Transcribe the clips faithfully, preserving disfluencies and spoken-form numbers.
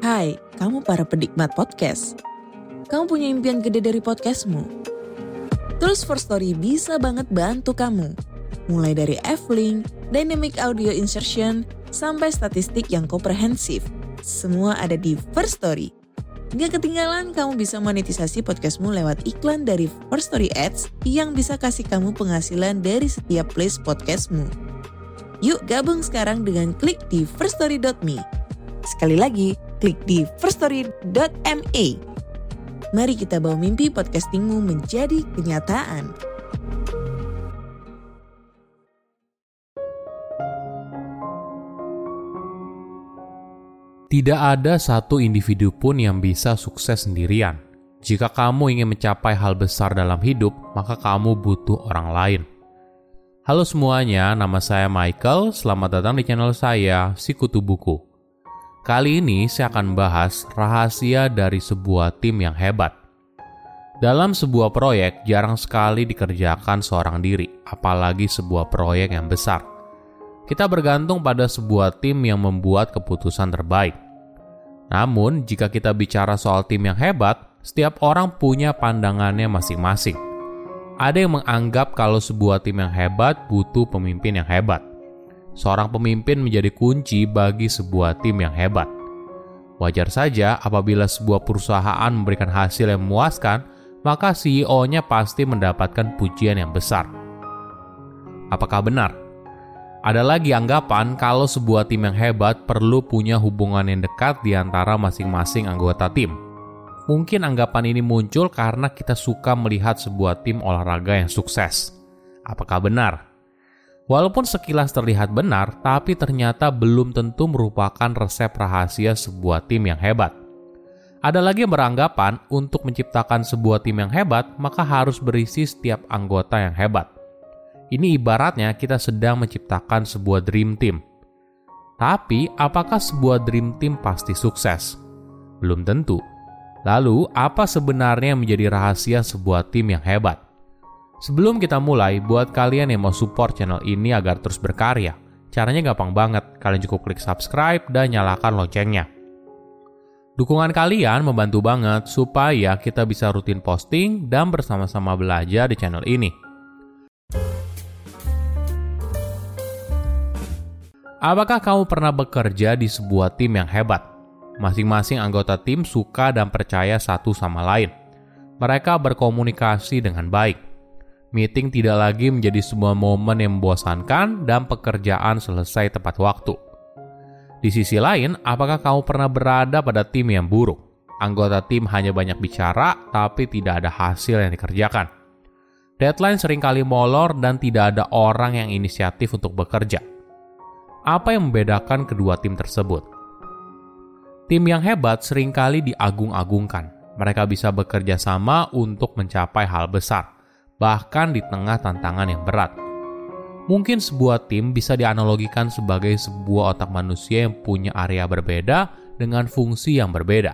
Hai, kamu para penikmat podcast. Kamu punya impian gede dari podcastmu? Tools for Story bisa banget bantu kamu. Mulai dari F-Link, Dynamic Audio Insertion, sampai statistik yang komprehensif. Semua ada di First Story. Gak ketinggalan kamu bisa monetisasi podcastmu lewat iklan dari First Story Ads yang bisa kasih kamu penghasilan dari setiap place podcastmu. Yuk gabung sekarang dengan klik di first story dot me. Sekali lagi, klik di first story dot me. Mari kita bawa mimpi podcastingmu menjadi kenyataan. Tidak ada satu individu pun yang bisa sukses sendirian. Jika kamu ingin mencapai hal besar dalam hidup, maka kamu butuh orang lain. Halo semuanya, nama saya Michael. Selamat datang di channel saya, Sikutu Buku. Kali ini saya akan bahas rahasia dari sebuah tim yang hebat. Dalam sebuah proyek, jarang sekali dikerjakan seorang diri, apalagi sebuah proyek yang besar. Kita bergantung pada sebuah tim yang membuat keputusan terbaik. Namun, jika kita bicara soal tim yang hebat, setiap orang punya pandangannya masing-masing. Ada yang menganggap kalau sebuah tim yang hebat butuh pemimpin yang hebat. Seorang pemimpin menjadi kunci bagi sebuah tim yang hebat. Wajar saja apabila sebuah perusahaan memberikan hasil yang memuaskan, maka C E O-nya pasti mendapatkan pujian yang besar. Apakah benar? Ada lagi anggapan kalau sebuah tim yang hebat perlu punya hubungan yang dekat di antara masing-masing anggota tim. Mungkin anggapan ini muncul karena kita suka melihat sebuah tim olahraga yang sukses. Apakah benar? Walaupun sekilas terlihat benar, tapi ternyata belum tentu merupakan resep rahasia sebuah tim yang hebat. Ada lagi yang beranggapan untuk menciptakan sebuah tim yang hebat, maka harus berisi setiap anggota yang hebat. Ini ibaratnya kita sedang menciptakan sebuah dream team. Tapi, apakah sebuah dream team pasti sukses? Belum tentu. Lalu, apa sebenarnya yang menjadi rahasia sebuah tim yang hebat? Sebelum kita mulai, buat kalian yang mau support channel ini agar terus berkarya, caranya gampang banget. Kalian cukup klik subscribe dan nyalakan loncengnya. Dukungan kalian membantu banget supaya kita bisa rutin posting dan bersama-sama belajar di channel ini. Apakah kamu pernah bekerja di sebuah tim yang hebat? Masing-masing anggota tim suka dan percaya satu sama lain. Mereka berkomunikasi dengan baik. Meeting tidak lagi menjadi sebuah momen yang membosankan dan pekerjaan selesai tepat waktu. Di sisi lain, apakah kamu pernah berada pada tim yang buruk? Anggota tim hanya banyak bicara, tapi tidak ada hasil yang dikerjakan. Deadline seringkali molor dan tidak ada orang yang inisiatif untuk bekerja. Apa yang membedakan kedua tim tersebut? Tim yang hebat seringkali diagung-agungkan. Mereka bisa bekerja sama untuk mencapai hal besar, bahkan di tengah tantangan yang berat. Mungkin sebuah tim bisa dianalogikan sebagai sebuah otak manusia yang punya area berbeda dengan fungsi yang berbeda.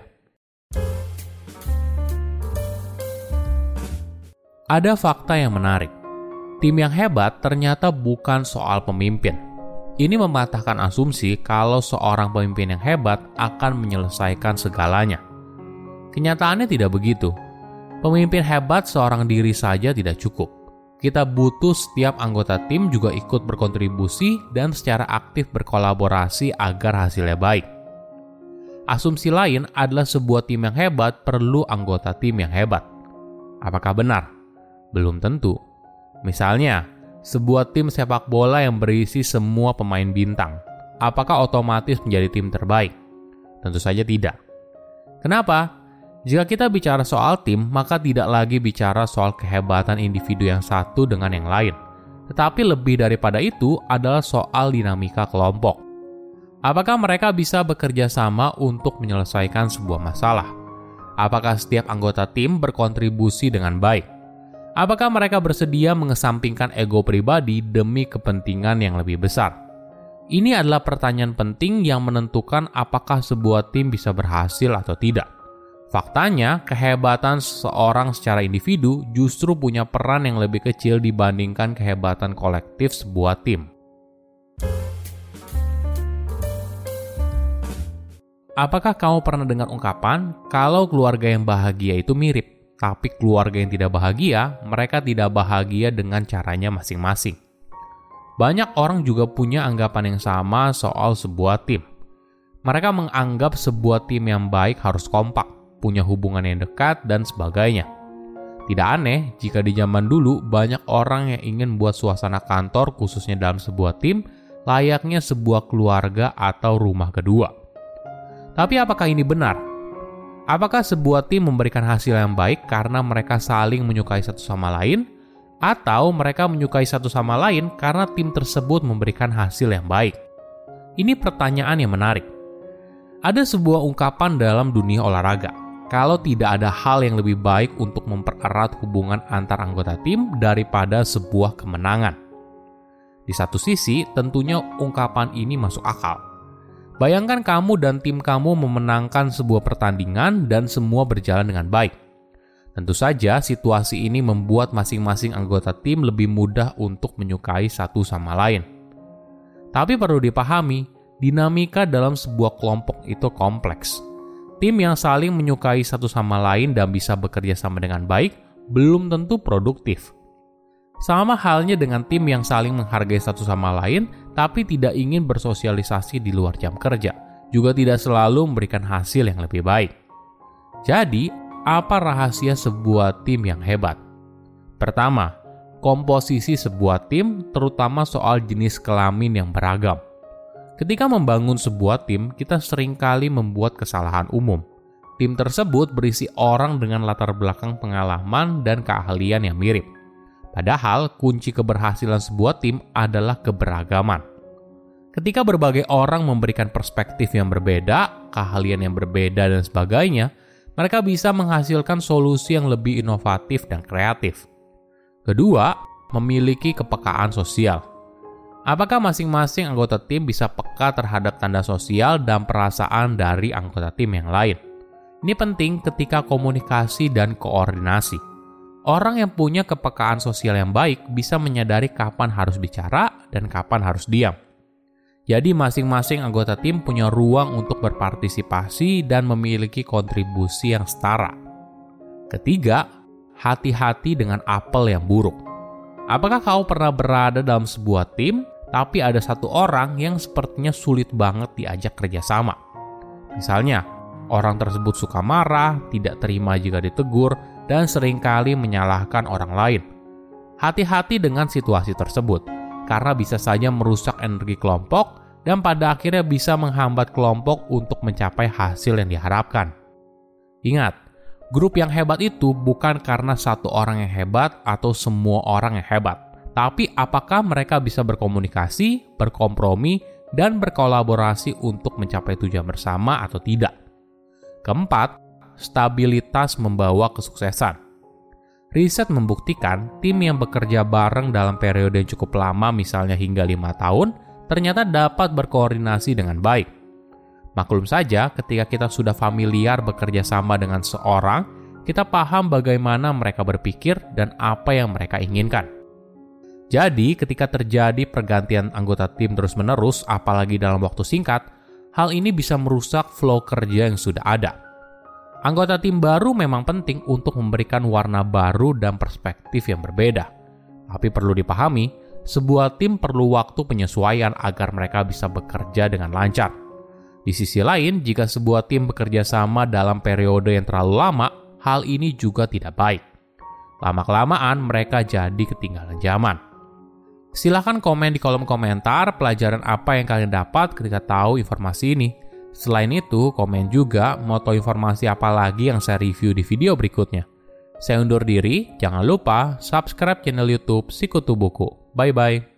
Ada fakta yang menarik. Tim yang hebat ternyata bukan soal pemimpin. Ini mematahkan asumsi kalau seorang pemimpin yang hebat akan menyelesaikan segalanya. Kenyataannya tidak begitu. Pemimpin hebat seorang diri saja tidak cukup. Kita butuh setiap anggota tim juga ikut berkontribusi dan secara aktif berkolaborasi agar hasilnya baik. Asumsi lain adalah sebuah tim yang hebat perlu anggota tim yang hebat. Apakah benar? Belum tentu. Misalnya, sebuah tim sepak bola yang berisi semua pemain bintang, apakah otomatis menjadi tim terbaik? Tentu saja tidak. Kenapa? Jika kita bicara soal tim, maka tidak lagi bicara soal kehebatan individu yang satu dengan yang lain. Tetapi lebih daripada itu adalah soal dinamika kelompok. Apakah mereka bisa bekerja sama untuk menyelesaikan sebuah masalah? Apakah setiap anggota tim berkontribusi dengan baik? Apakah mereka bersedia mengesampingkan ego pribadi demi kepentingan yang lebih besar? Ini adalah pertanyaan penting yang menentukan apakah sebuah tim bisa berhasil atau tidak. Faktanya, kehebatan seseorang secara individu justru punya peran yang lebih kecil dibandingkan kehebatan kolektif sebuah tim. Apakah kamu pernah dengar ungkapan kalau keluarga yang bahagia itu mirip, tapi keluarga yang tidak bahagia, mereka tidak bahagia dengan caranya masing-masing? Banyak orang juga punya anggapan yang sama soal sebuah tim. Mereka menganggap sebuah tim yang baik harus kompak, punya hubungan yang dekat, dan sebagainya. Tidak aneh jika di zaman dulu banyak orang yang ingin buat suasana kantor khususnya dalam sebuah tim layaknya sebuah keluarga atau rumah kedua. Tapi apakah ini benar? Apakah sebuah tim memberikan hasil yang baik karena mereka saling menyukai satu sama lain? Atau mereka menyukai satu sama lain karena tim tersebut memberikan hasil yang baik? Ini pertanyaan yang menarik. Ada sebuah ungkapan dalam dunia olahraga. Kalau tidak ada hal yang lebih baik untuk mempererat hubungan antar anggota tim daripada sebuah kemenangan. Di satu sisi, tentunya ungkapan ini masuk akal. Bayangkan kamu dan tim kamu memenangkan sebuah pertandingan dan semua berjalan dengan baik. Tentu saja, situasi ini membuat masing-masing anggota tim lebih mudah untuk menyukai satu sama lain. Tapi perlu dipahami, dinamika dalam sebuah kelompok itu kompleks. Tim yang saling menyukai satu sama lain dan bisa bekerja sama dengan baik belum tentu produktif. Sama halnya dengan tim yang saling menghargai satu sama lain tapi tidak ingin bersosialisasi di luar jam kerja, juga tidak selalu memberikan hasil yang lebih baik. Jadi, apa rahasia sebuah tim yang hebat? Pertama, komposisi sebuah tim terutama soal jenis kelamin yang beragam. Ketika membangun sebuah tim, kita seringkali membuat kesalahan umum. Tim tersebut berisi orang dengan latar belakang pengalaman dan keahlian yang mirip. Padahal, kunci keberhasilan sebuah tim adalah keberagaman. Ketika berbagai orang memberikan perspektif yang berbeda, keahlian yang berbeda, dan sebagainya, mereka bisa menghasilkan solusi yang lebih inovatif dan kreatif. Kedua, memiliki kepekaan sosial. Apakah masing-masing anggota tim bisa peka terhadap tanda sosial dan perasaan dari anggota tim yang lain? Ini penting ketika komunikasi dan koordinasi. Orang yang punya kepekaan sosial yang baik bisa menyadari kapan harus bicara dan kapan harus diam. Jadi masing-masing anggota tim punya ruang untuk berpartisipasi dan memiliki kontribusi yang setara. Ketiga, hati-hati dengan apel yang buruk. Apakah kau pernah berada dalam sebuah tim, tapi ada satu orang yang sepertinya sulit banget diajak kerjasama? Misalnya, orang tersebut suka marah, tidak terima jika ditegur, dan seringkali menyalahkan orang lain. Hati-hati dengan situasi tersebut, karena bisa saja merusak energi kelompok dan pada akhirnya bisa menghambat kelompok untuk mencapai hasil yang diharapkan. Ingat, grup yang hebat itu bukan karena satu orang yang hebat atau semua orang yang hebat, tapi apakah mereka bisa berkomunikasi, berkompromi, dan berkolaborasi untuk mencapai tujuan bersama atau tidak. Keempat, stabilitas membawa kesuksesan. Riset membuktikan tim yang bekerja bareng dalam periode yang cukup lama, misalnya hingga lima tahun, ternyata dapat berkoordinasi dengan baik. Maklum saja, ketika kita sudah familiar bekerja sama dengan seorang, kita paham bagaimana mereka berpikir dan apa yang mereka inginkan. Jadi, ketika terjadi pergantian anggota tim terus-menerus, apalagi dalam waktu singkat, hal ini bisa merusak flow kerja yang sudah ada. Anggota tim baru memang penting untuk memberikan warna baru dan perspektif yang berbeda. Tapi perlu dipahami, sebuah tim perlu waktu penyesuaian agar mereka bisa bekerja dengan lancar. Di sisi lain, jika sebuah tim bekerja sama dalam periode yang terlalu lama, hal ini juga tidak baik. Lama-kelamaan mereka jadi ketinggalan zaman. Silahkan komen di kolom komentar pelajaran apa yang kalian dapat ketika tahu informasi ini. Selain itu, komen juga mau tahu informasi apa lagi yang saya review di video berikutnya. Saya undur diri, jangan lupa subscribe channel YouTube Sikutu Buku. Bye-bye.